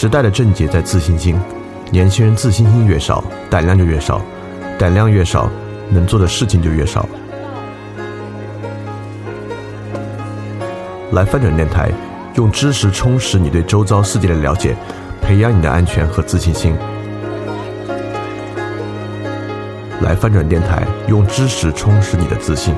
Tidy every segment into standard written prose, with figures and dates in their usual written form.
时代的症结在自信心，年轻人自信心越少，胆量就越少，胆量越少，能做的事情就越少。来翻转电台，用知识充实你对周遭世界的了解，培养你的安全和自信心。来翻转电台，用知识充实你的自信。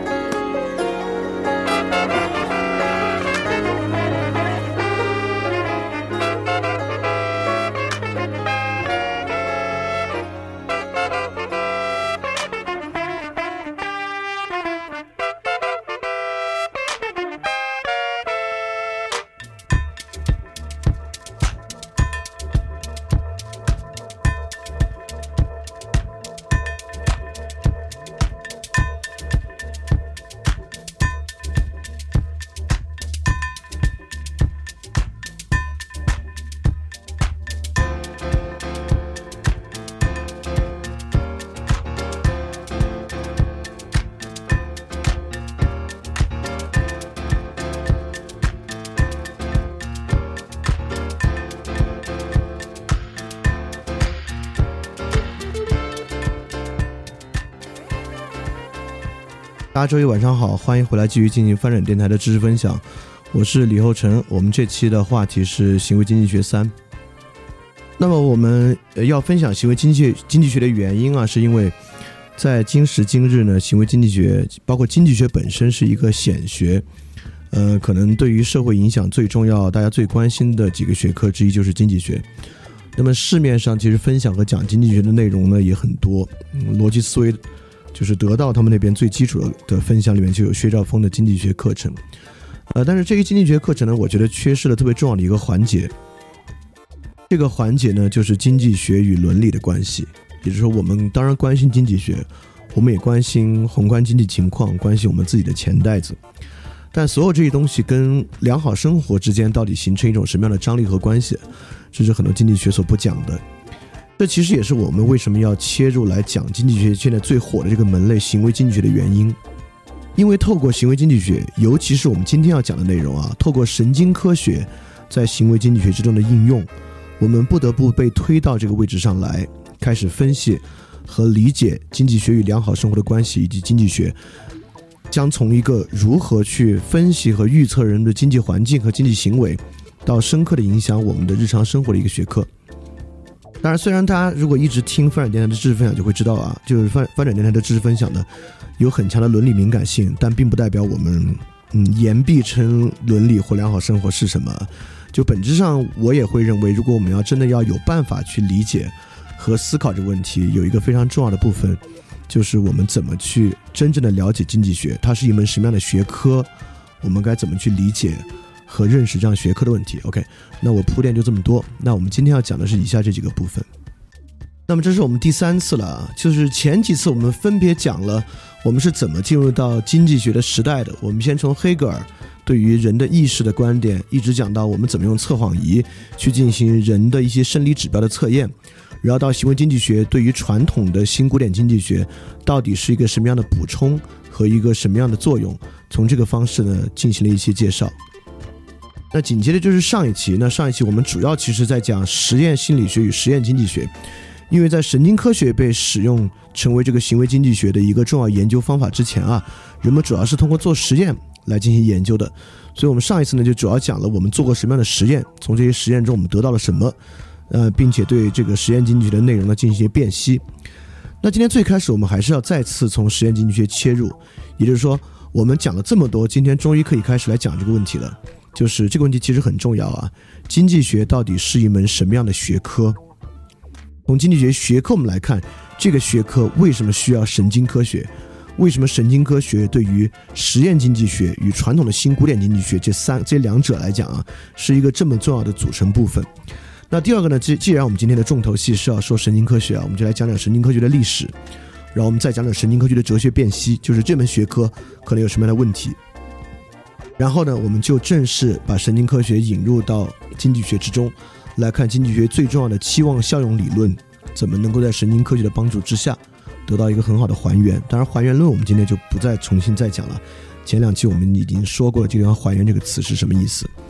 大家周一晚上好，欢迎回来继续进行翻转电台的知识分享，我是李厚成。我们这期的话题是行为经济学3。那么我们要分享行为经济学的原因啊，是因为在今时今日呢，行为经济学包括经济学本身是一个显学，可能对于社会影响最重要大家最关心的几个学科之一就是经济学。那么市面上其实分享和讲经济学的内容呢也很多，逻辑思维就是得到他们那边最基础的分享里面就有薛兆丰的经济学课程，但是这个经济学课程呢，我觉得缺失了特别重要的一个环节。这个环节呢，就是经济学与伦理的关系。也就是说，我们当然关心经济学，我们也关心宏观经济情况，关心我们自己的钱袋子，但所有这些东西跟良好生活之间到底形成一种什么样的张力和关系，这是很多经济学所不讲的。这其实也是我们为什么要切入来讲经济学现在最火的这个门类行为经济学的原因。因为透过行为经济学，尤其是我们今天要讲的内容啊，透过神经科学在行为经济学之中的应用，我们不得不被推到这个位置上来，开始分析和理解经济学与良好生活的关系，以及经济学将从一个如何去分析和预测人的经济环境和经济行为，到深刻的影响我们的日常生活的一个学科。当然，虽然大家如果一直听翻转电台的知识分享就会知道啊，就是翻转电台的知识分享呢有很强的伦理敏感性，但并不代表我们言必称伦理或良好生活是什么。就本质上我也会认为，如果我们要真的要有办法去理解和思考这个问题，有一个非常重要的部分，就是我们怎么去真正的了解经济学，它是一门什么样的学科，我们该怎么去理解和认识这样学科的问题。 OK， 那我铺垫就这么多。那我们今天要讲的是以下这几个部分。那么这是我们第3次了，就是前几次我们分别讲了我们是怎么进入到经济学的时代的。我们先从黑格尔对于人的意识的观点，一直讲到我们怎么用测谎仪去进行人的一些生理指标的测验，然后到行为经济学对于传统的新古典经济学到底是一个什么样的补充和一个什么样的作用，从这个方式呢进行了一些介绍。那紧接着就是上一期，我们主要其实在讲实验心理学与实验经济学，因为在神经科学被使用成为这个行为经济学的一个重要研究方法之前啊，人们主要是通过做实验来进行研究的。所以我们上一次呢就主要讲了我们做过什么样的实验，从这些实验中我们得到了什么，并且对这个实验经济学的内容呢进行一些辨析。那今天最开始我们还是要再次从实验经济学切入，也就是说我们讲了这么多，今天终于可以开始来讲这个问题了。就是这个问题其实很重要啊，经济学到底是一门什么样的学科？从经济学学科我们来看，这个学科为什么需要神经科学？为什么神经科学对于实验经济学与传统的新古典经济学这两者来讲啊，是一个这么重要的组成部分？那第二个呢，既然我们今天的重头戏是要说神经科学啊，我们就来讲讲神经科学的历史，然后我们再讲讲神经科学的哲学辨析，就是这门学科可能有什么样的问题。然后呢，我们就正式把神经科学引入到经济学之中，来看经济学最重要的期望效用理论怎么能够在神经科学的帮助之下得到一个很好的还原。当然还原论我们今天就不再重新再讲了，前2期我们已经说过了这地方还原这个词是什么意思。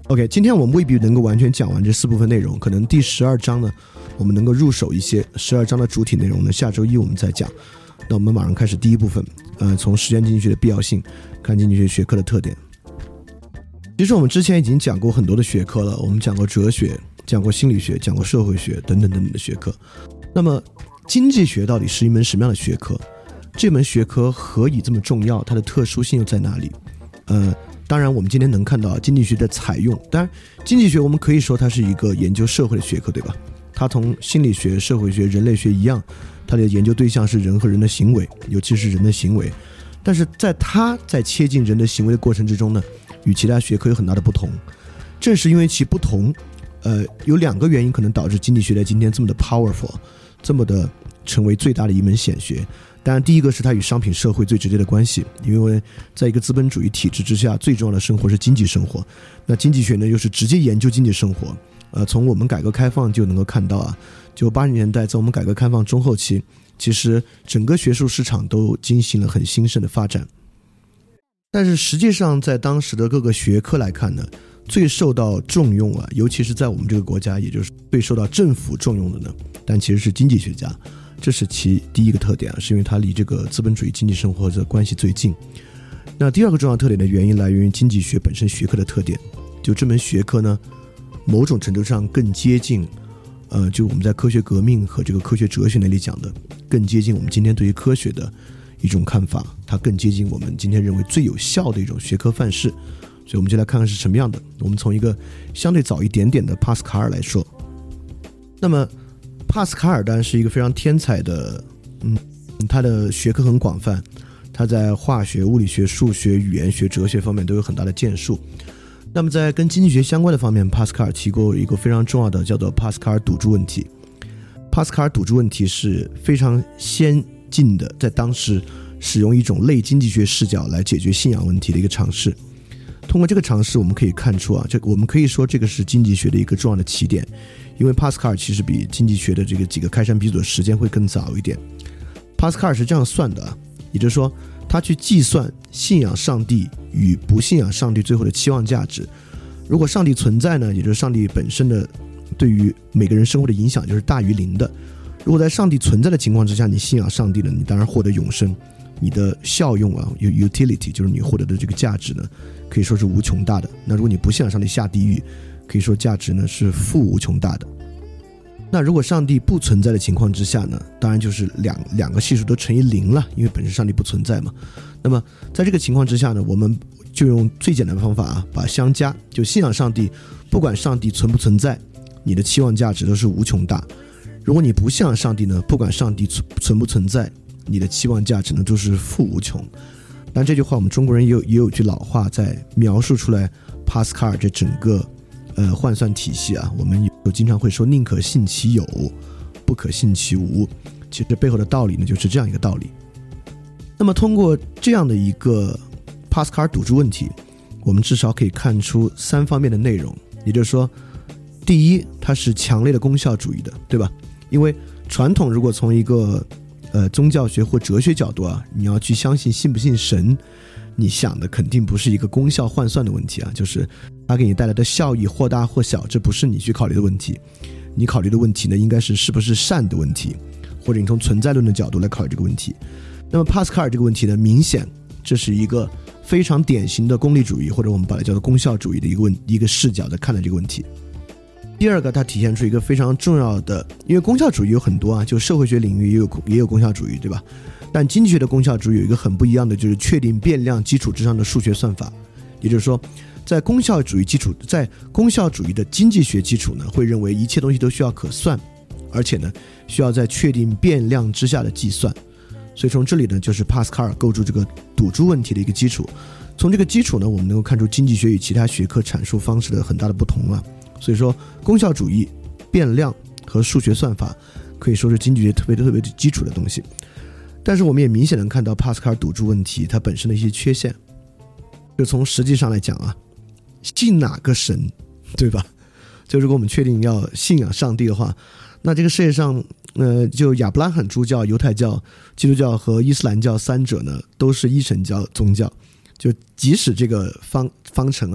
OK， 今天我们未必能够完全讲完这4部分内容，可能第12章呢我们能够入手一些，12章的主体内容呢下周一我们再讲。那我们马上开始第一部分，从实践经济学的必要性看经济学学科的特点。其实我们之前已经讲过很多的学科了，我们讲过哲学，讲过心理学，讲过社会学等等等等的学科。那么经济学到底是一门什么样的学科？这门学科何以这么重要？它的特殊性又在哪里？当然我们今天能看到经济学的采用，当然经济学我们可以说它是一个研究社会的学科，对吧？它同心理学、社会学、人类学一样，它的研究对象是人和人的行为，尤其是人的行为。但是它在切近人的行为的过程之中呢，与其他学科有很大的不同。正是因为其不同，有2个原因可能导致经济学在今天这么的 powerful， 这么的成为最大的一门显学。当然第一个是它与商品社会最直接的关系，因为在一个资本主义体制之下，最重要的生活是经济生活，那经济学呢又是直接研究经济生活。从我们改革开放就能够看到啊，就80年代在我们改革开放中后期，其实整个学术市场都进行了很兴盛的发展。但是实际上在当时的各个学科来看呢，最受到重用啊，尤其是在我们这个国家，也就是最受到政府重用的呢，但其实是经济学家。这是其第一个特点啊，是因为它离这个资本主义经济生活的关系最近。那第2个重要特点的原因来源于经济学本身学科的特点，就这门学科呢，某种程度上更接近，就我们在科学革命和这个科学哲学那里讲的，更接近我们今天对于科学的一种看法，它更接近我们今天认为最有效的一种学科范式。所以我们就来看看是什么样的。我们从一个相对早一点点的帕斯卡尔来说，那么帕斯卡尔当然是一个非常天才的，他的学科很广泛，他在化学、物理学、数学、语言学、哲学方面都有很大的建树。那么在跟经济学相关的方面，帕斯卡尔提过一个非常重要的叫做帕斯卡尔赌注问题。帕斯卡尔赌注问题是非常先进的，在当时使用一种类经济学视角来解决信仰问题的一个尝试。通过这个尝试我们可以看出啊，我们可以说这个是经济学的一个重要的起点，因为帕斯卡尔其实比经济学的这个几个开山鼻祖的时间会更早一点。帕斯卡尔是这样算的啊，也就是说他去计算信仰上帝与不信仰上帝最后的期望价值。如果上帝存在呢，也就是上帝本身的对于每个人生活的影响就是大于0的。如果在上帝存在的情况之下你信仰上帝了，你当然获得永生，你的效用啊 utility 就是你获得的这个价值呢可以说是无穷大的。那如果你不信仰上帝下地狱，可以说价值呢是负无穷大的。那如果上帝不存在的情况之下呢，当然就是两个系数都乘以0了，因为本身上帝不存在嘛。那么在这个情况之下呢，我们就用最简单的方法啊，把相加，就信仰上帝，不管上帝存不存在，你的期望价值都是无穷大。如果你不信仰上帝呢，不管上帝存不存在，你的期望价值呢都是负无穷。但这句话我们中国人也有句老话在描述出来帕斯卡尔这整个换算体系啊，我们有经常会说宁可信其有不可信其无，其实背后的道理呢就是这样一个道理。那么通过这样的一个帕斯卡尔赌注问题，我们至少可以看出3方面的内容。也就是说，第一，它是强烈的功效主义的，对吧？因为传统如果从一个宗教学或哲学角度啊，你要去相信信不信神，你想的肯定不是一个功效换算的问题啊，就是它给你带来的效益或大或小，这不是你去考虑的问题。你考虑的问题呢，应该是不是善的问题，或者你从存在论的角度来考虑这个问题。那么帕斯卡尔这个问题呢，明显这是一个非常典型的功利主义，或者我们把它叫做功效主义的一个视角在看待这个问题。第二个，它体现出一个非常重要的，因为功效主义有很多啊，就社会学领域也有功效主义，对吧？但经济学的功效主义有一个很不一样的，就是确定变量基础之上的数学算法。也就是说，在功效主义的经济学基础呢，会认为一切东西都需要可算，而且呢需要在确定变量之下的计算。所以从这里呢，就是帕斯卡尔构筑这个赌注问题的一个基础。从这个基础呢，我们能够看出经济学与其他学科阐述方式的很大的不同啊。所以说，功效主义、变量和数学算法可以说是经济学特别基础的东西。但是我们也明显能看到帕斯卡尔赌注问题它本身的一些缺陷。就从实际上来讲啊，信哪个神，对吧？就如果我们确定要信仰上帝的话，那这个世界上就亚伯拉罕诸教、犹太教、基督教和伊斯兰教3者呢都是一神教宗教。就即使这个方程啊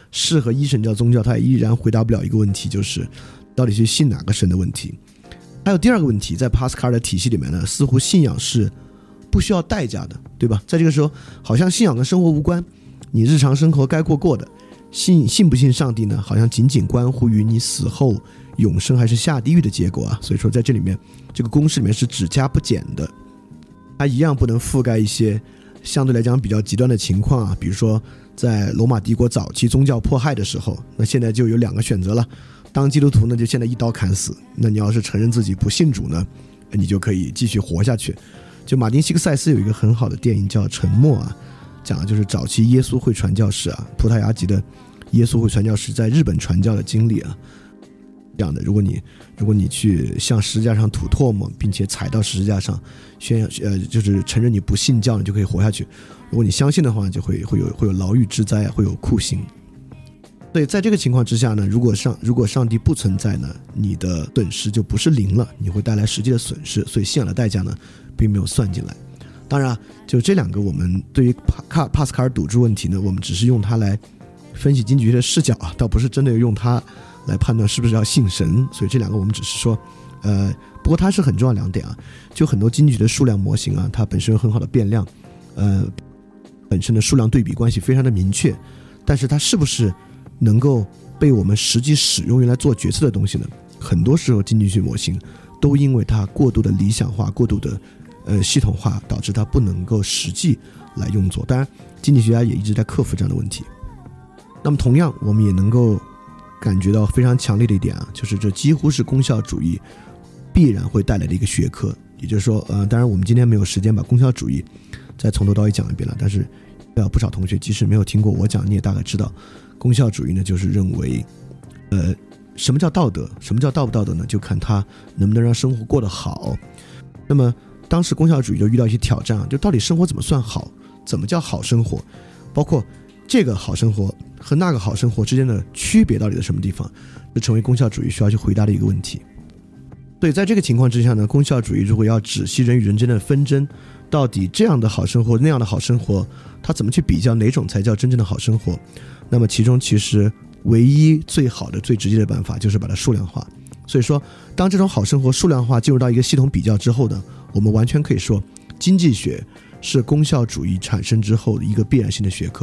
适合一神教宗教，它也依然回答不了一个问题，就是到底去信哪个神的问题。还有第二个问题，在帕斯卡尔的体系里面呢，似乎信仰是不需要代价的，对吧？在这个时候，好像信仰跟生活无关，你日常生活该过的，信不信上帝呢，好像仅仅关乎于你死后永生还是下地狱的结果啊。所以说在这里面，这个公式里面是只加不减的，它一样不能覆盖一些相对来讲比较极端的情况啊，比如说在罗马帝国早期宗教迫害的时候，那现在就有两个选择了，当基督徒呢就现在一刀砍死，那你要是承认自己不信主呢，你就可以继续活下去。就马丁·希克塞斯有一个很好的电影叫《沉默》啊，讲的就是早期耶稣会传教士啊，葡萄牙籍的耶稣会传教士在日本传教的经历啊。这样的，如果你去向十字架上吐唾沫，并且踩到十字架上就是承认你不信教，你就可以活下去。如果你相信的话，就会有牢狱之灾，会有酷刑。所以在这个情况之下呢，如果上帝不存在呢，你的损失就不是零了，你会带来实际的损失，所以信仰的代价呢并没有算进来。当然就这两个，我们对于帕斯卡尔赌注问题呢，我们只是用它来分析经济学的视角啊，倒不是真的用它来判断是不是要信神。所以这两个我们只是说不过它是很重要的两点啊，就很多经济学的数量模型啊，它本身有很好的变量，本身的数量对比关系非常的明确，但是它是不是能够被我们实际使用用来做决策的东西呢？很多时候经济学模型都因为它过度的理想化、过度的系统化，导致它不能够实际来用作。当然经济学家也一直在克服这样的问题。那么同样我们也能够感觉到非常强烈的一点啊，就是这几乎是功效主义必然会带来的一个学科。也就是说当然我们今天没有时间把功效主义再从头到尾讲一遍了，但是不少同学即使没有听过我讲，你也大概知道功效主义呢就是认为什么叫道德，什么叫道不道德呢，就看它能不能让生活过得好。那么当时功效主义就遇到一些挑战，就到底生活怎么算好，怎么叫好生活，包括这个好生活和那个好生活之间的区别到底在什么地方，就成为功效主义需要去回答的一个问题。所以在这个情况之下呢，功效主义如果要指析人与人之间的纷争，到底这样的好生活那样的好生活，它怎么去比较哪种才叫真正的好生活，那么其中其实唯一最好的最直接的办法就是把它数量化。所以说当这种好生活数量化进入到一个系统比较之后呢，我们完全可以说经济学是功效主义产生之后的一个必然性的学科。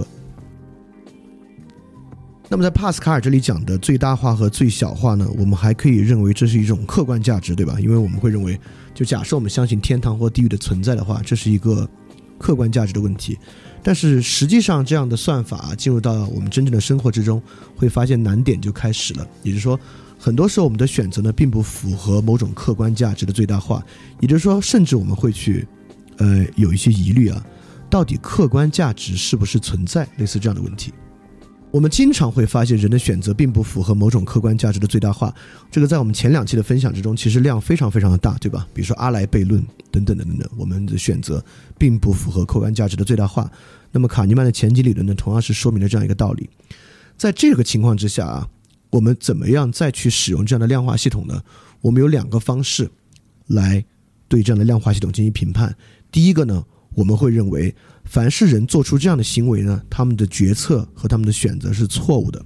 那么在帕斯卡尔这里讲的最大化和最小化呢，我们还可以认为这是一种客观价值，对吧？因为我们会认为，就假设我们相信天堂或地狱的存在的话，这是一个客观价值的问题。但是实际上这样的算法进入到我们真正的生活之中，会发现难点就开始了。也就是说很多时候我们的选择呢并不符合某种客观价值的最大化，也就是说甚至我们会去有一些疑虑啊，到底客观价值是不是存在，类似这样的问题。我们经常会发现人的选择并不符合某种客观价值的最大化，这个在我们前两期的分享之中其实量非常非常的大，对吧？比如说阿莱悖论等等等等，我们的选择并不符合客观价值的最大化。那么卡尼曼的前景理论呢，同样是说明了这样一个道理。在这个情况之下啊，我们怎么样再去使用这样的量化系统呢？我们有两个方式来对这样的量化系统进行评判。第一个呢，我们会认为凡是人做出这样的行为呢，他们的决策和他们的选择是错误的。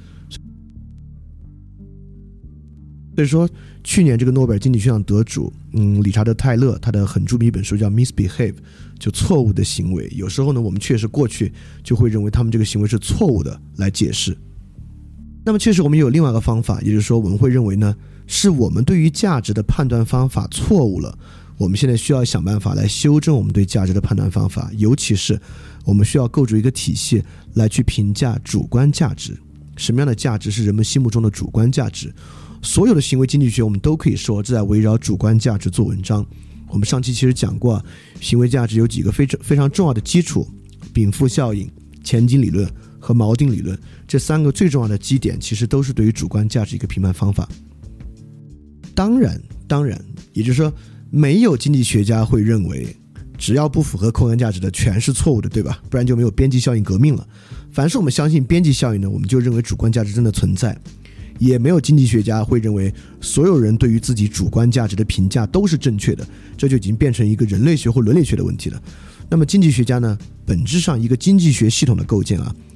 所以说去年这个诺贝尔经济学奖得主理查德泰勒，他的很著名一本书叫 Misbehave， 就错误的行为。有时候呢我们确实过去就会认为他们这个行为是错误的来解释。那么确实我们有另外一个方法，也就是说我们会认为呢，是我们对于价值的判断方法错误了，我们现在需要想办法来修正我们对价值的判断方法，尤其是我们需要构筑一个体系来去评价主观价值。什么样的价值是人们心目中的主观价值？所有的行为经济学我们都可以说在围绕主观价值做文章。我们上期其实讲过行为价值有几个非常重要的基础，禀赋效应、前景理论和锚定理论，这三个最重要的基点其实都是对于主观价值一个评判方法。当然也就是说没有经济学家会认为只要不符合客观价值的全是错误的，对吧？不然就没有边际效应革命了。凡是我们相信边际效应呢，我们就认为主观价值真的存在。也没有经济学家会认为所有人对于自己主观价值的评价都是正确的，这就已经变成一个人类学或伦理学的问题了。那么经济学家呢，本质上一个经济学系统的构建啊，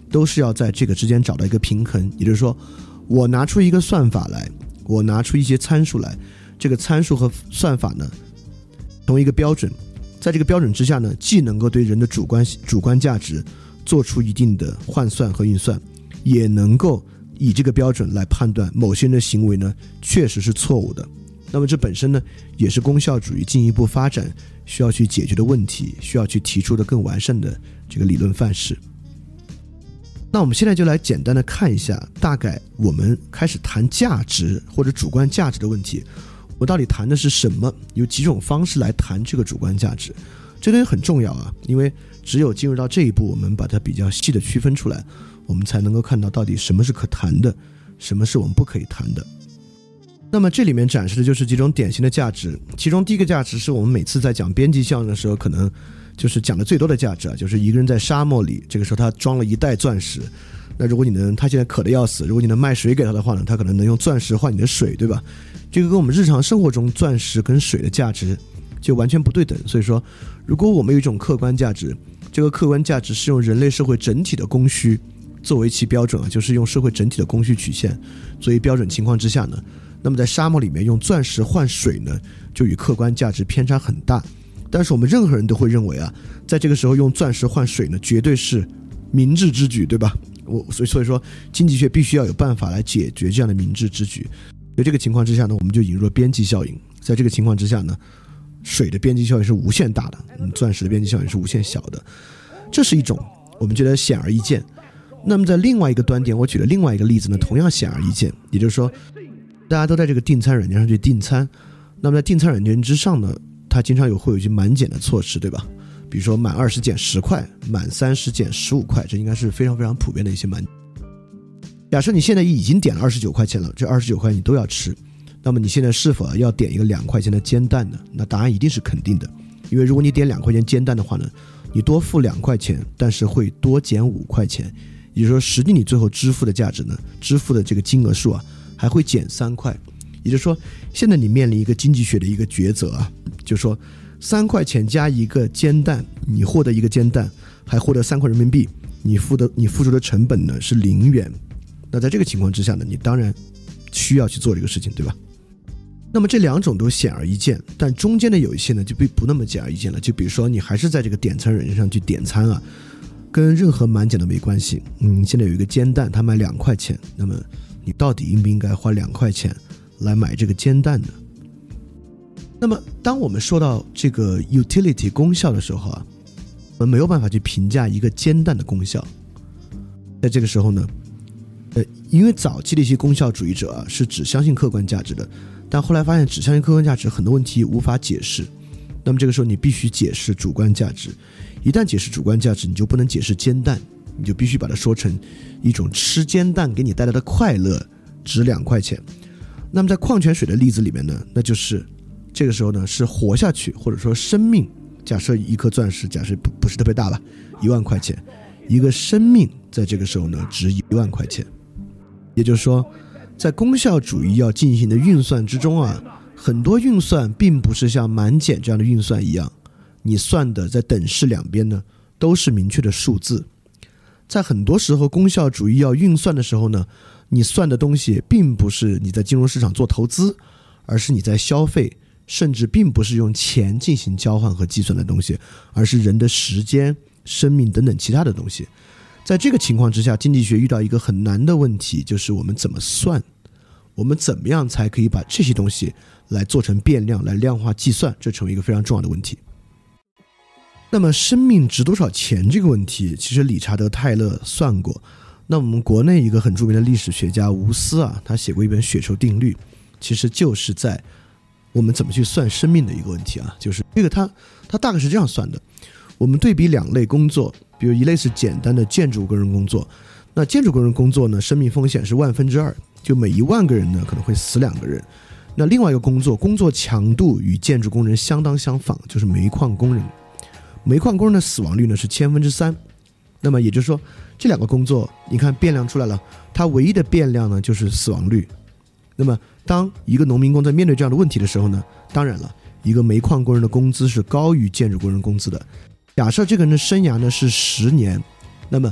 都是要在这个之间找到一个平衡。也就是说，我拿出一个算法来，我拿出一些参数来，这个参数和算法呢同一个标准，在这个标准之下呢，既能够对人的主观价值做出一定的换算和运算，也能够以这个标准来判断某些人的行为呢确实是错误的。那么这本身呢也是功效主义进一步发展需要去解决的问题，需要去提出的更完善的这个理论范式。那我们现在就来简单的看一下，大概我们开始谈价值或者主观价值的问题，我到底谈的是什么？有几种方式来谈这个主观价值，这东西很重要啊，因为只有进入到这一步，我们把它比较细的区分出来，我们才能够看到到底什么是可谈的，什么是我们不可以谈的。那么这里面展示的就是几种典型的价值，其中第一个价值是我们每次在讲边际效应的时候可能就是讲的最多的价值啊，就是一个人在沙漠里，这个时候他装了一袋钻石，那如果他现在渴得要死，如果你能卖水给他的话呢，他可能能用钻石换你的水，对吧？这个跟我们日常生活中钻石跟水的价值就完全不对等。所以说，如果我们有一种客观价值，这个客观价值是用人类社会整体的供需作为其标准啊，就是用社会整体的供需曲线作为标准情况之下呢，那么在沙漠里面用钻石换水呢，就与客观价值偏差很大。但是我们任何人都会认为啊，在这个时候用钻石换水呢，绝对是明智之举，对吧？所以说经济学必须要有办法来解决这样的明智之举。在这个情况之下呢，我们就引入了边际效应。在这个情况之下呢，水的边际效应是无限大的，钻石的边际效应是无限小的，这是一种我们觉得显而易见。那么在另外一个端点，我举了另外一个例子呢，同样显而易见，也就是说大家都在这个订餐软件上去订餐，那么在订餐软件之上呢，它经常会有一些满减的措施，对吧？比如说满20减10块，满30减15块，这应该是非常非常普遍的一些满减。假设你现在已经点了29块钱了，这29块你都要吃，那么你现在是否要点一个2块钱的煎蛋呢？那答案一定是肯定的，因为如果你点2块钱煎蛋的话呢，你多付2块钱，但是会多减5块钱，也就是说实际你最后支付的价值呢，支付的这个金额数啊，还会减3块。也就是说，现在你面临一个经济学的一个抉择啊，就是说3块钱加一个煎蛋，你获得一个煎蛋，还获得3块人民币，你付出的成本呢是0元。那在这个情况之下呢，你当然需要去做这个事情，对吧？那么这两种都显而易见，但中间的有一些呢就不那么显而易见了。就比如说你还是在这个点餐软件上去点餐啊，跟任何满减都没关系。现在有一个煎蛋，它卖2块钱，那么你到底应不应该花2块钱来买这个煎蛋呢？那么当我们说到这个 utility 功效的时候啊，我们没有办法去评价一个煎蛋的功效。在这个时候呢，因为早期的一些功效主义者啊是只相信客观价值的，但后来发现只相信客观价值很多问题无法解释，那么这个时候你必须解释主观价值。一旦解释主观价值，你就不能解释煎蛋，你就必须把它说成一种吃煎蛋给你带来的快乐值2块钱。那么在矿泉水的例子里面呢，那就是这个时候呢是活下去，或者说生命，假设一颗钻石，假设不是特别大吧，1万块钱，一个生命在这个时候呢值1万块钱。也就是说，在功效主义要进行的运算之中啊，很多运算并不是像满减这样的运算一样，你算的在等式两边呢都是明确的数字。在很多时候功效主义要运算的时候呢，你算的东西并不是你在金融市场做投资，而是你在消费，甚至并不是用钱进行交换和计算的东西，而是人的时间、生命等等其他的东西。在这个情况之下，经济学遇到一个很难的问题，就是我们怎么算，我们怎么样才可以把这些东西来做成变量，来量化计算，这成为一个非常重要的问题。那么生命值多少钱这个问题，其实理查德泰勒算过。那我们国内一个很著名的历史学家吴思啊，他写过一本雪球定律，其实就是在我们怎么去算生命的一个问题啊。就是这个他大概是这样算的，我们对比2类工作，比如一类是简单的建筑工人工作，那建筑工人工作呢，生命风险是2/1000，就每1万个人呢可能会死2个人。那另外一个工作强度与建筑工人相当相仿，就是煤矿工人的死亡率呢是3/1000。那么也就是说，这2个工作你看变量出来了，它唯一的变量呢就是死亡率。那么当一个农民工在面对这样的问题的时候呢，当然了，一个煤矿工人的工资是高于建筑工人工资的。假设这个人的生涯呢是10年，那么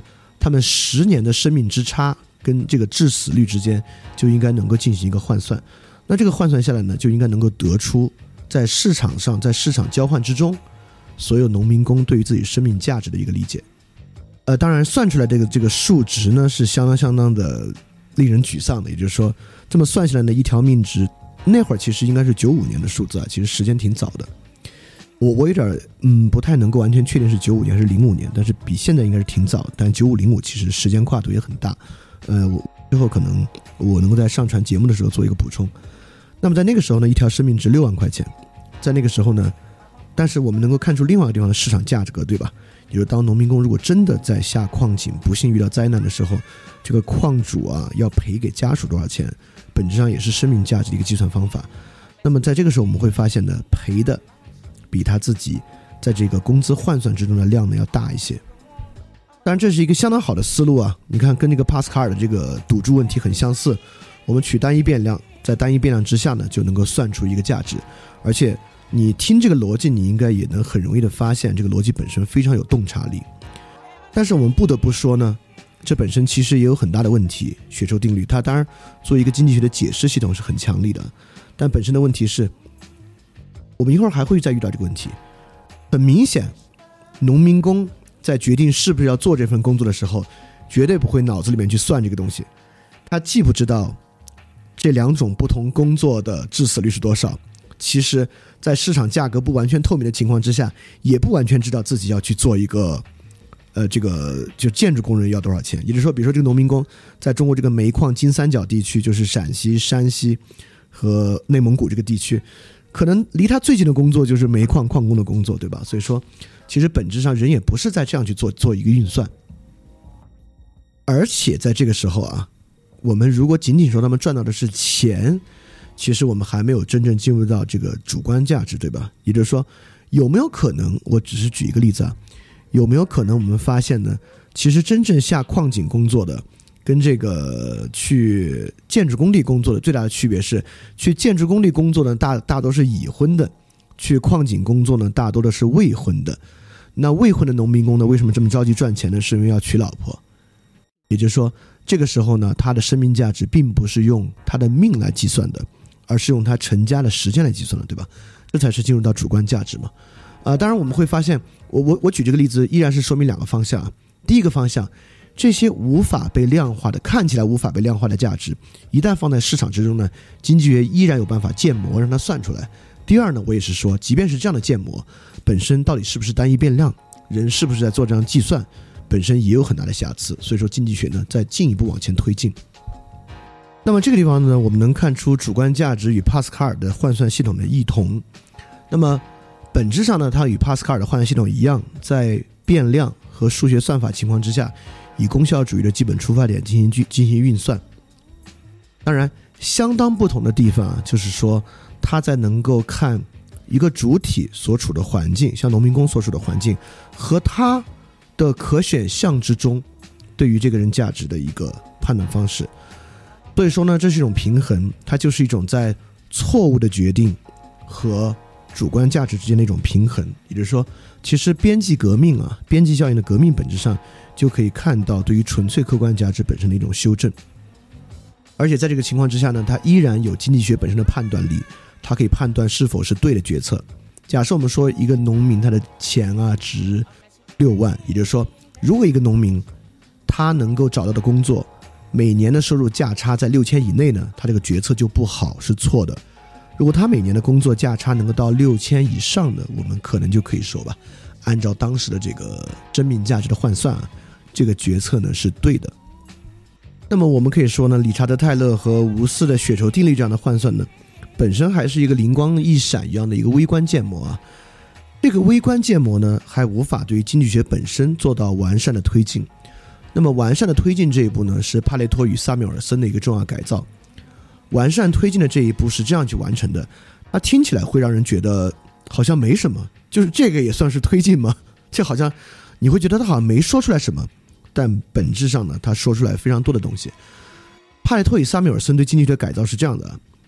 他们10年的生命之差跟这个致死率之间就应该能够进行一个换算。那这个换算下来呢，就应该能够得出在市场上，在市场交换之中，所有农民工对于自己生命价值的一个理解。当然算出来这个数值呢是相当的令人沮丧的，也就是说这么算下来呢，一条命值那会儿其实应该是95年的数字啊，其实时间挺早的。我有点不太能够完全确定是95年还是05年，但是比现在应该是挺早，但9505其实时间跨度也很大。最后可能我能够在上传节目的时候做一个补充。那么在那个时候呢，一条生命值6万块钱，在那个时候呢，但是我们能够看出另外一个地方的市场价值，对吧？也就是当农民工如果真的在下矿井不幸遇到灾难的时候，这个矿主啊要赔给家属多少钱，本质上也是生命价值的一个计算方法。那么在这个时候我们会发现呢，赔的比他自己在这个工资换算之中的量呢要大一些。当然这是一个相当好的思路啊，你看跟这个帕斯卡尔的这个赌注问题很相似，我们取单一变量，在单一变量之下呢就能够算出一个价值，而且你听这个逻辑你应该也能很容易的发现这个逻辑本身非常有洞察力。但是我们不得不说呢，这本身其实也有很大的问题。雪球定律它当然作为一个经济学的解释系统是很强力的，但本身的问题是我们一会儿还会再遇到这个问题。很明显农民工在决定是不是要做这份工作的时候，绝对不会脑子里面去算这个东西。他既不知道这两种不同工作的致死率是多少，其实在市场价格不完全透明的情况之下，也不完全知道自己要去做一个这个就建筑工人要多少钱。也就是说，比如说这个农民工在中国这个煤矿金三角地区，就是陕西、山西和内蒙古这个地区，可能离他最近的工作就是煤矿矿工的工作，对吧？所以说其实本质上人也不是在这样去做一个运算。而且在这个时候啊，我们如果仅仅说他们赚到的是钱，其实我们还没有真正进入到这个主观价值，对吧？也就是说有没有可能，我只是举一个例子啊，有没有可能我们发现呢，其实真正下矿井工作的跟这个去建筑工地工作的最大的区别是，去建筑工地工作的大多是已婚的，去矿井工作呢大多的是未婚的。那未婚的农民工呢，为什么这么着急赚钱呢？是因为要娶老婆。也就是说这个时候呢，他的生命价值并不是用他的命来计算的，而是用他成家的时间来计算的，对吧？这才是进入到主观价值嘛。当然我们会发现，我举这个例子依然是说明两个方向。第一个方向，这些无法被量化的，看起来无法被量化的价值，一旦放在市场之中呢，经济学依然有办法建模让它算出来。第二呢，我也是说，即便是这样的建模本身到底是不是单一变量，人是不是在做这样计算，本身也有很大的瑕疵。所以说经济学呢在进一步往前推进。那么这个地方呢，我们能看出主观价值与帕斯卡尔的换算系统的异同。那么本质上呢，它与帕斯卡尔的换算系统一样，在变量和数学算法情况之下，以功效主义的基本出发点进行运算。当然相当不同的地方啊，就是说它在能够看一个主体所处的环境，像农民工所处的环境和他的可选项之中对于这个人价值的一个判断方式。所以说呢，这是一种平衡，它就是一种在错误的决定和主观价值之间的一种平衡。也就是说，其实边际革命啊，边际效应的革命本质上就可以看到对于纯粹客观价值本身的一种修正。而且在这个情况之下呢，它依然有经济学本身的判断力，它可以判断是否是对的决策。假设我们说一个农民他的钱啊值6万，也就是说如果一个农民他能够找到的工作每年的收入价差在6000以内呢，他这个决策就不好，是错的。如果他每年的工作价差能够到6000以上的，我们可能就可以说吧，按照当时的这个生命价值的换算啊，这个决策呢是对的。那么我们可以说呢，理查德泰勒和吴斯的雪球定律这样的换算呢，本身还是一个灵光一闪一样的一个微观建模啊。这个微观建模呢，还无法对于经济学本身做到完善的推进。那么完善的推进这一步呢，是帕雷托与萨缪尔森的一个重要改造。完善推进的这一步是这样去完成的，它听起来会让人觉得好像没什么，就是这个也算是推进吗？这好像你会觉得他好像没说出来什么，但本质上呢，他说出来非常多的东西。帕雷托与萨缪尔森对经济学的改造是这样的：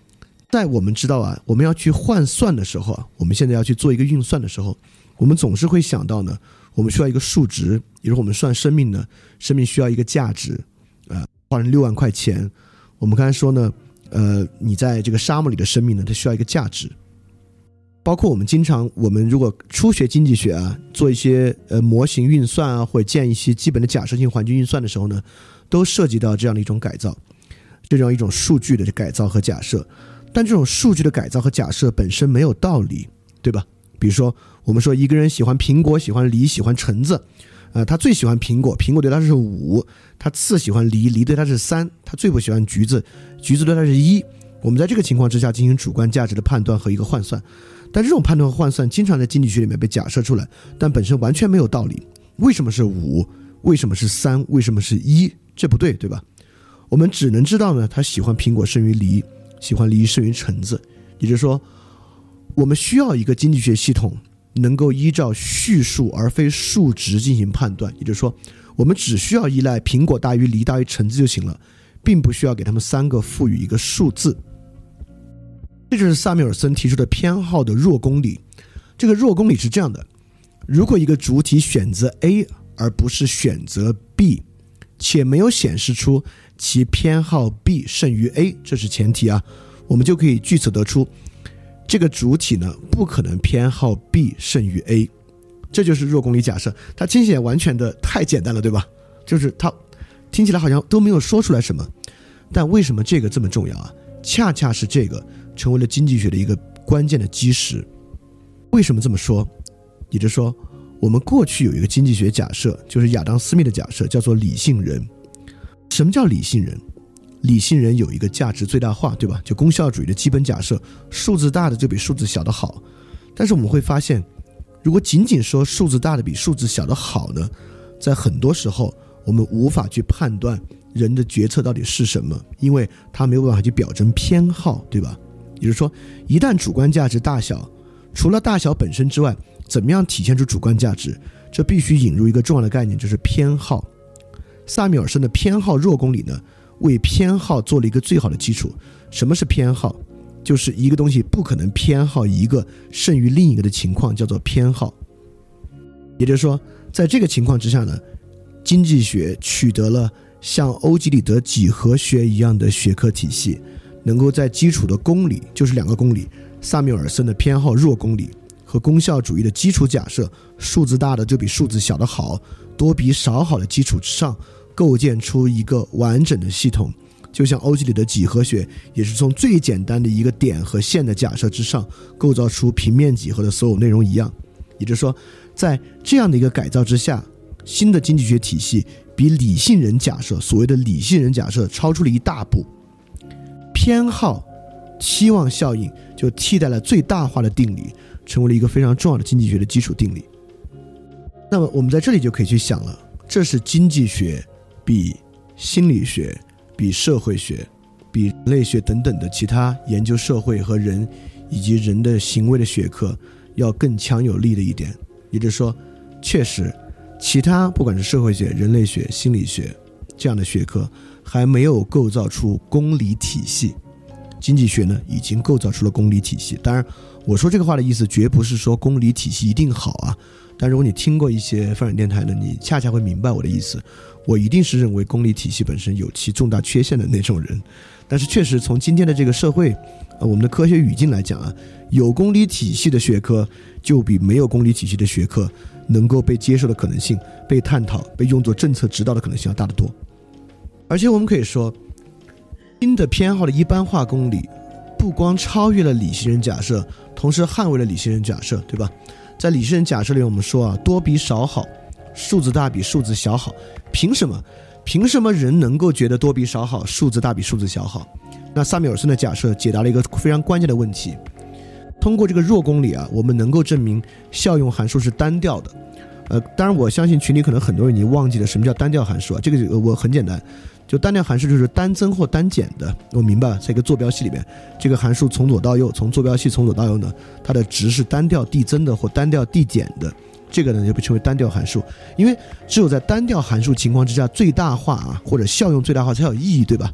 在我们知道啊，我们要去换算的时候啊，我们现在要去做一个运算的时候，我们总是会想到呢，我们需要一个数值，比如我们算生命呢，生命需要一个价值，换成6万块钱。我们刚才说呢，你在这个沙漠里的生命呢，它需要一个价值。包括我们如果初学经济学啊，做一些模型运算啊，或者建一些基本的假设性环境运算的时候呢，都涉及到这样的一种改造，这样一种数据的改造和假设。但这种数据的改造和假设本身没有道理，对吧？比如说我们说一个人喜欢苹果，喜欢梨，喜欢橙子，他最喜欢苹果，苹果对他是5，他次喜欢梨，梨对他是3，他最不喜欢橘子，橘子对他是1。我们在这个情况之下进行主观价值的判断和一个换算，但这种判断和换算经常在经济学里面被假设出来，但本身完全没有道理。为什么是5？为什么是3？为什么是1？这不对，对吧？我们只能知道呢，他喜欢苹果胜于梨，喜欢梨胜于橙子。也就是说，我们需要一个经济学系统能够依照叙述而非数值进行判断。也就是说，我们只需要依赖苹果大于梨大于橙子就行了，并不需要给他们3个赋予一个数字。这就是萨缪尔森提出的偏好的弱公理。这个弱公理是这样的：如果一个主体选择 A 而不是选择 B， 且没有显示出其偏好 B 胜于 A， 这是前提啊，我们就可以据此得出这个主体呢不可能偏好 B 胜于 A。 这就是弱公理假设。它听起来完全的太简单了，对吧？就是它听起来好像都没有说出来什么，但为什么这个这么重要啊？恰恰是这个成为了经济学的一个关键的基石。为什么这么说？也就是说，我们过去有一个经济学假设，就是亚当·斯密的假设，叫做理性人。什么叫理性人？理性人有一个价值最大化，对吧？就功效主义的基本假设，数字大的就比数字小的好。但是我们会发现，如果仅仅说数字大的比数字小的好呢，在很多时候我们无法去判断人的决策到底是什么，因为它没有办法去表征偏好，对吧？也就是说，一旦主观价值大小，除了大小本身之外，怎么样体现出主观价值，这必须引入一个重要的概念，就是偏好。萨缪尔森的偏好弱公理呢，为偏好做了一个最好的基础。什么是偏好？就是一个东西不可能偏好一个胜于另一个的情况叫做偏好。也就是说，在这个情况之下呢，经济学取得了像欧几里得几何学一样的学科体系，能够在基础的公理，就是2个公理，萨缪尔森的偏好弱公理和功效主义的基础假设，数字大的就比数字小的好，多比少好的基础之上，构建出一个完整的系统。就像欧几里得几何学也是从最简单的一个点和线的假设之上构造出平面几何的所有内容一样。也就是说，在这样的一个改造之下，新的经济学体系比理性人假设，所谓的理性人假设超出了一大步。偏好期望效应就替代了最大化的定理，成为了一个非常重要的经济学的基础定理。那么我们在这里就可以去想了，这是经济学比心理学、比社会学、比人类学等等的其他研究社会和人以及人的行为的学科要更强有力的一点。也就是说，确实其他不管是社会学、人类学、心理学这样的学科还没有构造出公理体系，经济学呢已经构造出了公理体系。当然我说这个话的意思绝不是说公理体系一定好啊，但如果你听过一些翻转电台呢，你恰恰会明白我的意思。我一定是认为公理体系本身有其重大缺陷的那种人，但是确实从今天的这个社会我们的科学语境来讲啊，有公理体系的学科就比没有公理体系的学科能够被接受的可能性、被探讨、被用作政策指导的可能性要大得多。而且我们可以说，新的偏好的一般化公理不光超越了理性人假设，同时捍卫了理性人假设，对吧？在理性人假设里我们说啊，多比少好，数字大比数字小好。凭什么？凭什么人能够觉得多比少好，数字大比数字小好？那萨缪尔森的假设解答了一个非常关键的问题。通过这个弱公理啊，我们能够证明效用函数是单调的。当然我相信群里可能很多人已经忘记了什么叫单调函数啊。这个我很简单，就单调函数就是单增或单减的。我明白了，在一个坐标系里面，这个函数从左到右，从坐标系从左到右呢，它的值是单调递增的或单调递减的。这个呢就被称为单调函数，因为只有在单调函数情况之下最大化啊，或者效用最大化才有意义，对吧？因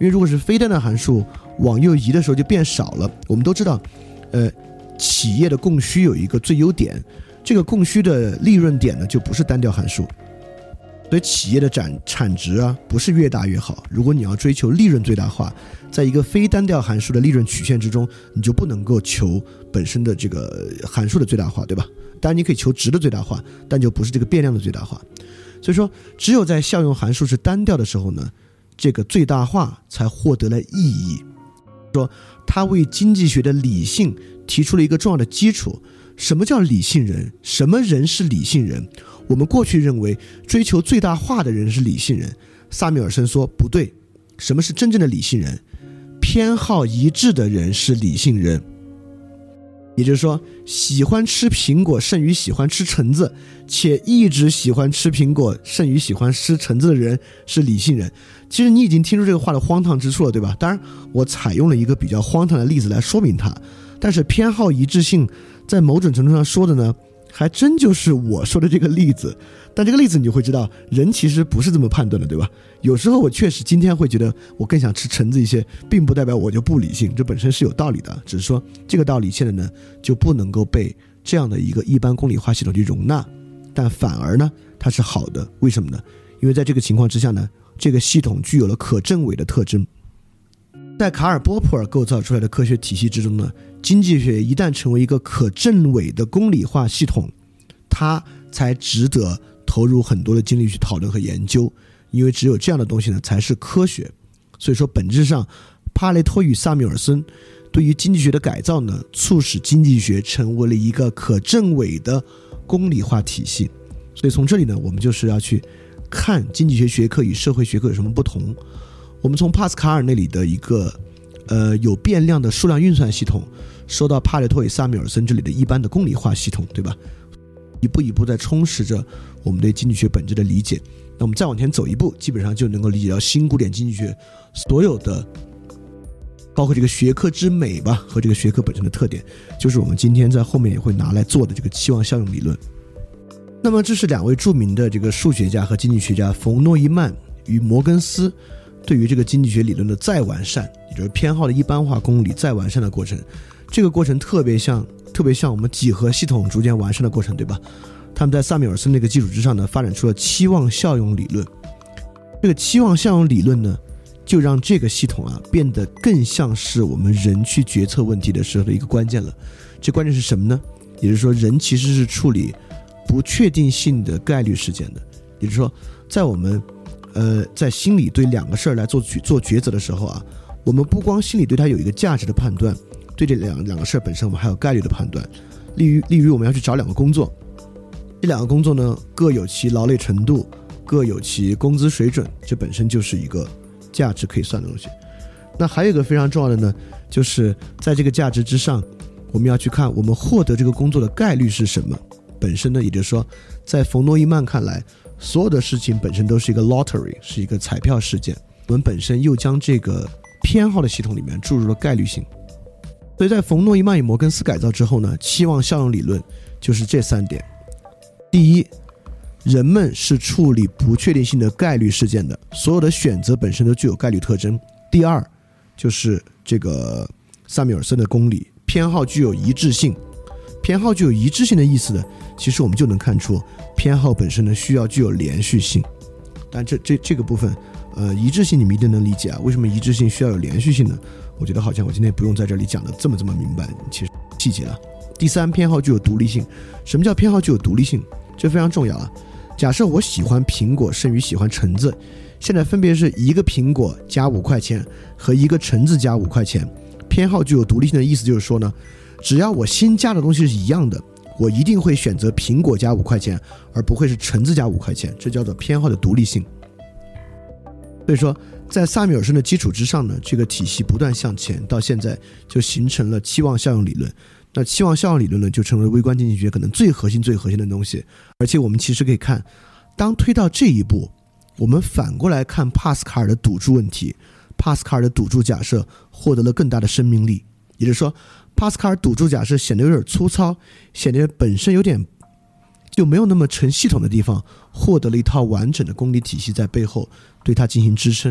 因为如果是非单调函数往右移的时候就变少了。我们都知道企业的供需有一个最优点，这个供需的利润点呢就不是单调函数，所以企业的产值啊不是越大越好。如果你要追求利润最大化，在一个非单调函数的利润曲线之中，你就不能够求本身的这个函数的最大化，对吧？当然你可以求值的最大化，但就不是这个变量的最大化。所以说只有在效用函数是单调的时候呢，这个最大化才获得了意义。说它为经济学的理性提出了一个重要的基础。什么叫理性人？什么人是理性人？我们过去认为追求最大化的人是理性人，萨缪尔森说不对。什么是真正的理性人？偏好一致的人是理性人。也就是说，喜欢吃苹果胜于喜欢吃橙子，且一直喜欢吃苹果胜于喜欢吃橙子的人是理性人。其实你已经听出这个话的荒唐之处了，对吧？当然我采用了一个比较荒唐的例子来说明它，但是偏好一致性在某种程度上说的呢，还真就是我说的这个例子。但这个例子你就会知道，人其实不是这么判断的，对吧？有时候我确实今天会觉得我更想吃橙子一些，并不代表我就不理性，这本身是有道理的，只是说这个道理现在呢就不能够被这样的一个一般公理化系统去容纳，但反而呢它是好的。为什么呢？因为在这个情况之下呢，这个系统具有了可证伪的特征。在卡尔波普尔构造出来的科学体系之中呢，经济学一旦成为一个可证伪的公理化系统，它才值得投入很多的精力去讨论和研究，因为只有这样的东西呢才是科学。所以说本质上帕雷托与萨缪尔森对于经济学的改造呢，促使经济学成为了一个可证伪的公理化体系。所以从这里呢，我们就是要去看经济学学科与社会学科有什么不同。我们从帕斯卡尔那里的一个有变量的数量运算系统，说到帕雷托与萨缪尔森这里的一般的公理化系统，对吧？一步一步在充实着我们对经济学本质的理解。那我们再往前走一步，基本上就能够理解到新古典经济学所有的包括这个学科之美吧，和这个学科本身的特点，就是我们今天在后面也会拿来做的这个期望效用理论。那么这是两位著名的这个数学家和经济学家冯诺依曼与摩根斯对于这个经济学理论的再完善，也就是偏好的一般化公理再完善的过程。这个过程特别像我们几何系统逐渐完善的过程，对吧？他们在萨缪尔森那个基础之上呢，发展出了期望效用理论。这个期望效用理论呢，就让这个系统啊变得更像是我们人去决策问题的时候的一个关键了。这关键是什么呢？也就是说，人其实是处理不确定性的概率事件的。也就是说，在我们在心里对两个事儿来做抉择的时候啊，我们不光心里对它有一个价值的判断，对这两个事儿本身我们还有概率的判断。例如我们要去找两个工作，这两个工作呢各有其劳累程度，各有其工资水准，这本身就是一个价值可以算的东西。那还有一个非常重要的呢，就是在这个价值之上，我们要去看我们获得这个工作的概率是什么。本身呢，也就是说，在冯诺依曼看来，所有的事情本身都是一个 lottery， 是一个彩票事件。我们本身又将这个偏好的系统里面注入了概率性。所以在冯诺依曼与摩根斯改造之后呢，期望效用理论就是这三点。第一，人们是处理不确定性的概率事件的，所有的选择本身都具有概率特征。第二，就是这个萨缪尔森的公理，偏好具有一致性。偏好具有一致性的意思呢，其实我们就能看出偏好本身呢需要具有连续性。但这个部分一致性你们一定能理解啊，为什么一致性需要有连续性呢？我觉得好像我今天不用在这里讲的这么明白，其实细节了。第三，偏好具有独立性。什么叫偏好具有独立性？这非常重要啊。假设我喜欢苹果胜于喜欢橙子，现在分别是一个苹果加5块钱和一个橙子加5块钱。偏好具有独立性的意思就是说呢，只要我新加的东西是一样的，我一定会选择苹果加5块钱，而不会是橙子加5块钱，这叫做偏好的独立性。所以说在萨缪尔森的基础之上呢，这个体系不断向前，到现在就形成了期望效用理论。那期望效用理论呢，就成为微观经济学可能最核心的东西。而且我们其实可以看，当推到这一步，我们反过来看帕斯卡尔的赌注问题，帕斯卡尔的赌注假设获得了更大的生命力。也就是说，帕斯卡尔赌注假设显得有点粗糙，显得本身有点就没有那么成系统的地方，获得了一套完整的公理体系在背后对它进行支撑。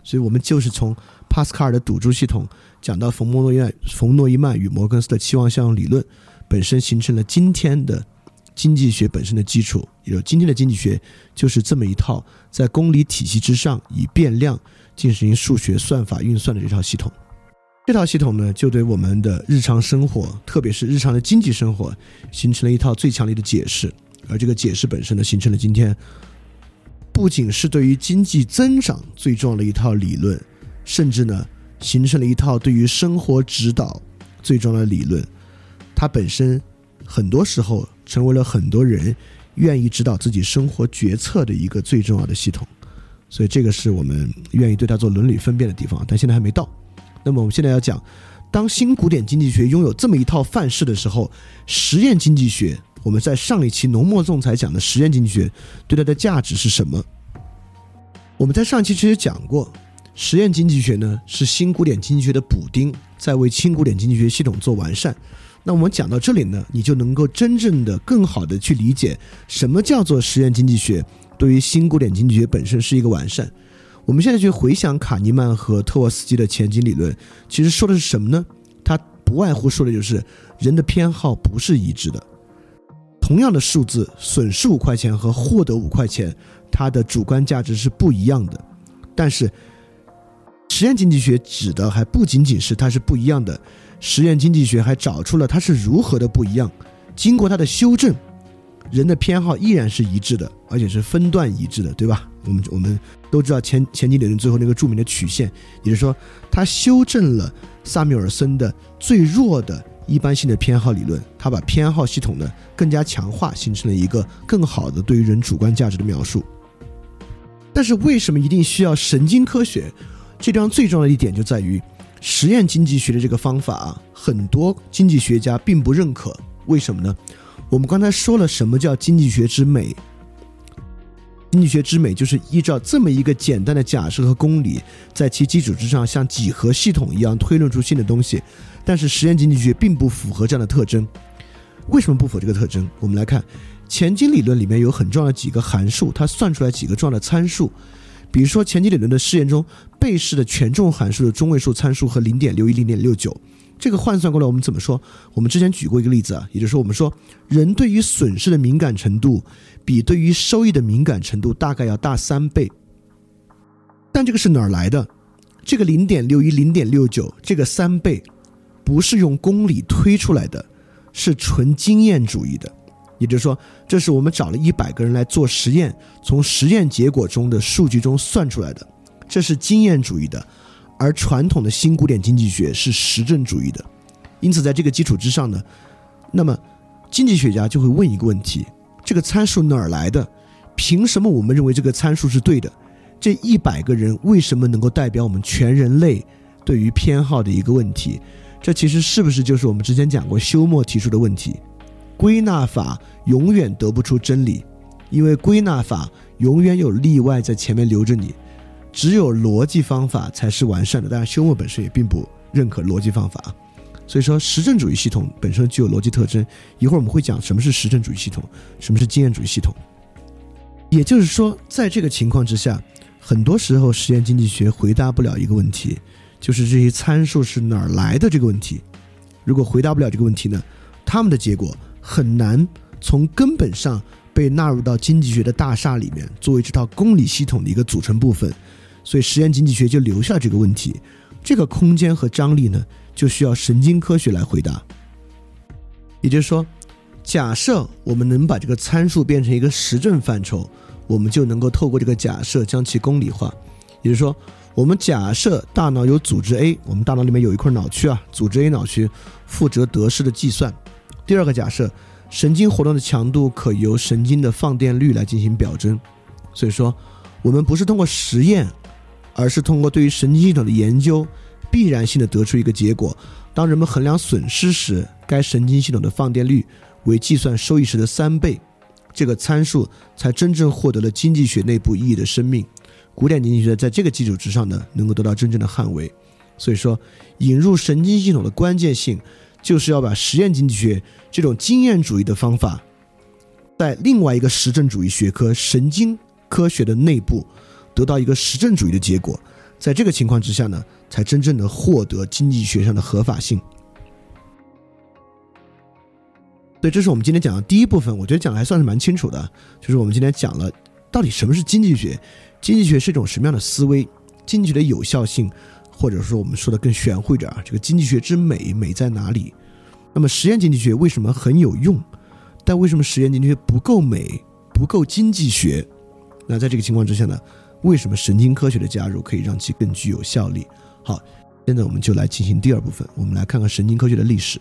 所以我们就是从帕斯卡尔的赌注系统讲到冯诺依曼与摩根斯的期望效应理论，本身形成了今天的经济学本身的基础。也就是今天的经济学就是这么一套在公理体系之上以变量进行数学算法运算的这套系统。这套系统呢，就对我们的日常生活，特别是日常的经济生活，形成了一套最强力的解释。而这个解释本身呢，形成了今天不仅是对于经济增长最重要的一套理论，甚至呢，形成了一套对于生活指导最重要的理论。它本身很多时候成为了很多人愿意指导自己生活决策的一个最重要的系统。所以这个是我们愿意对它做伦理分辨的地方，但现在还没到。那么我们现在要讲，当新古典经济学拥有这么一套范式的时候，实验经济学，我们在上一期浓墨重彩讲的实验经济学对它的价值是什么？我们在上期其实讲过，实验经济学呢是新古典经济学的补丁，在为新古典经济学系统做完善。那我们讲到这里呢，你就能够真正的更好的去理解什么叫做实验经济学对于新古典经济学本身是一个完善。我们现在去回想卡尼曼和特沃斯基的前景理论，其实说的是什么呢？它不外乎说的就是人的偏好不是一致的，同样的数字损失5块钱和获得5块钱，它的主观价值是不一样的。但是实验经济学指的还不仅仅是它是不一样的，实验经济学还找出了它是如何的不一样，经过它的修正，人的偏好依然是一致的，而且是分段一致的，对吧？我们都知道前景理论最后那个著名的曲线，也就是说它修正了萨缪尔森的最弱的一般性的偏好理论，它把偏好系统呢更加强化，形成了一个更好的对于人主观价值的描述。但是为什么一定需要神经科学？这地方最重要的一点就在于实验经济学的这个方法很多经济学家并不认可。为什么呢？我们刚才说了什么叫经济学之美，经济学之美就是依照这么一个简单的假设和公理，在其基础之上像几何系统一样推论出新的东西。但是实验经济学并不符合这样的特征。为什么不符合这个特征？我们来看前景理论里面有很重要的几个函数，它算出来几个重要的参数。比如说前景理论的试验中，贝氏的权重函数的中位数参数和 0.61 0.69， 这个换算过来我们怎么说？我们之前举过一个例子也就是说我们说人对于损失的敏感程度比对于收益的敏感程度大概要大3倍。但这个是哪儿来的？这个 0.61 0.69 这个3倍不是用公理推出来的，是纯经验主义的。也就是说，这是我们找了100个人来做实验，从实验结果中的数据中算出来的，这是经验主义的。而传统的新古典经济学是实证主义的。因此在这个基础之上呢，那么经济学家就会问一个问题，这个参数哪儿来的？凭什么我们认为这个参数是对的？这100个人为什么能够代表我们全人类对于偏好的一个问题？这其实是不是就是我们之前讲过休谟提出的问题？归纳法永远得不出真理，因为归纳法永远有例外在前面留着你，只有逻辑方法才是完善的。当然休谟本身也并不认可逻辑方法，所以说实证主义系统本身具有逻辑特征。一会儿我们会讲什么是实证主义系统，什么是经验主义系统。也就是说在这个情况之下，很多时候实验经济学回答不了一个问题，就是这些参数是哪儿来的这个问题。如果回答不了这个问题呢，他们的结果很难从根本上被纳入到经济学的大厦里面，作为这套公理系统的一个组成部分。所以实验经济学就留下这个问题，这个空间和张力呢，就需要神经科学来回答。也就是说，假设我们能把这个参数变成一个实证范畴，我们就能够透过这个假设将其公理化。也就是说，我们假设大脑有组织 A， 我们大脑里面有一块脑区组织 A 脑区负责得失的计算。第二个假设，神经活动的强度可由神经的放电率来进行表征。所以说我们不是通过实验，而是通过对于神经系统的研究，必然性的得出一个结果，当人们衡量损失时，该神经系统的放电率为计算收益时的3倍，这个参数才真正获得了经济学内部意义的生命。古典经济学在这个基础之上呢，能够得到真正的捍卫。所以说引入神经系统的关键性，就是要把实验经济学这种经验主义的方法，在另外一个实证主义学科神经科学的内部得到一个实证主义的结果， 在这个情况之下呢，才真正的获得经济学上的合法性。对，这是我们今天讲的第一部分，我觉得讲的还算是蛮清楚的，就是我们今天讲了到底什么是经济学，经济学是一种什么样的思维，经济学的有效性，或者说我们说的更玄乎一点，这个经济学之美，美在哪里？那么实验经济学为什么很有用？但为什么实验经济学不够美，不够经济学？那在这个情况之下呢，为什么神经科学的加入可以让其更具有效力？好，现在我们就来进行第二部分，我们来看看神经科学的历史。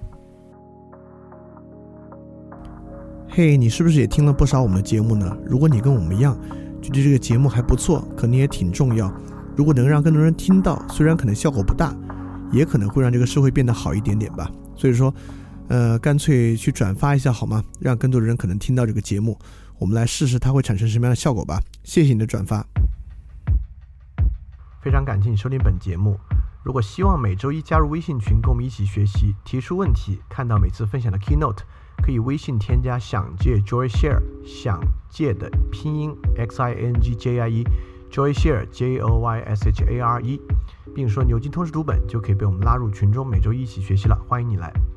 嘿，你是不是也听了不少我们的节目呢？如果你跟我们一样觉得这个节目还不错，可能也挺重要，如果能让更多人听到，虽然可能效果不大，也可能会让这个社会变得好一点点吧。所以说干脆去转发一下好吗？让更多的人可能听到这个节目，我们来试试它会产生什么样的效果吧。谢谢你的转发。 非常感谢你收听本节目。如果希望每周一加入微信群跟我们一起学习，提出问题，看到每次分享的 keynote， 可以微信添加想借 JoyShare， 想借的拼音 XINGJIE， JoyShare JOYSHARE， 并说牛津通识读本，就可以被我们拉入群中，每周一起学习了，欢迎你来。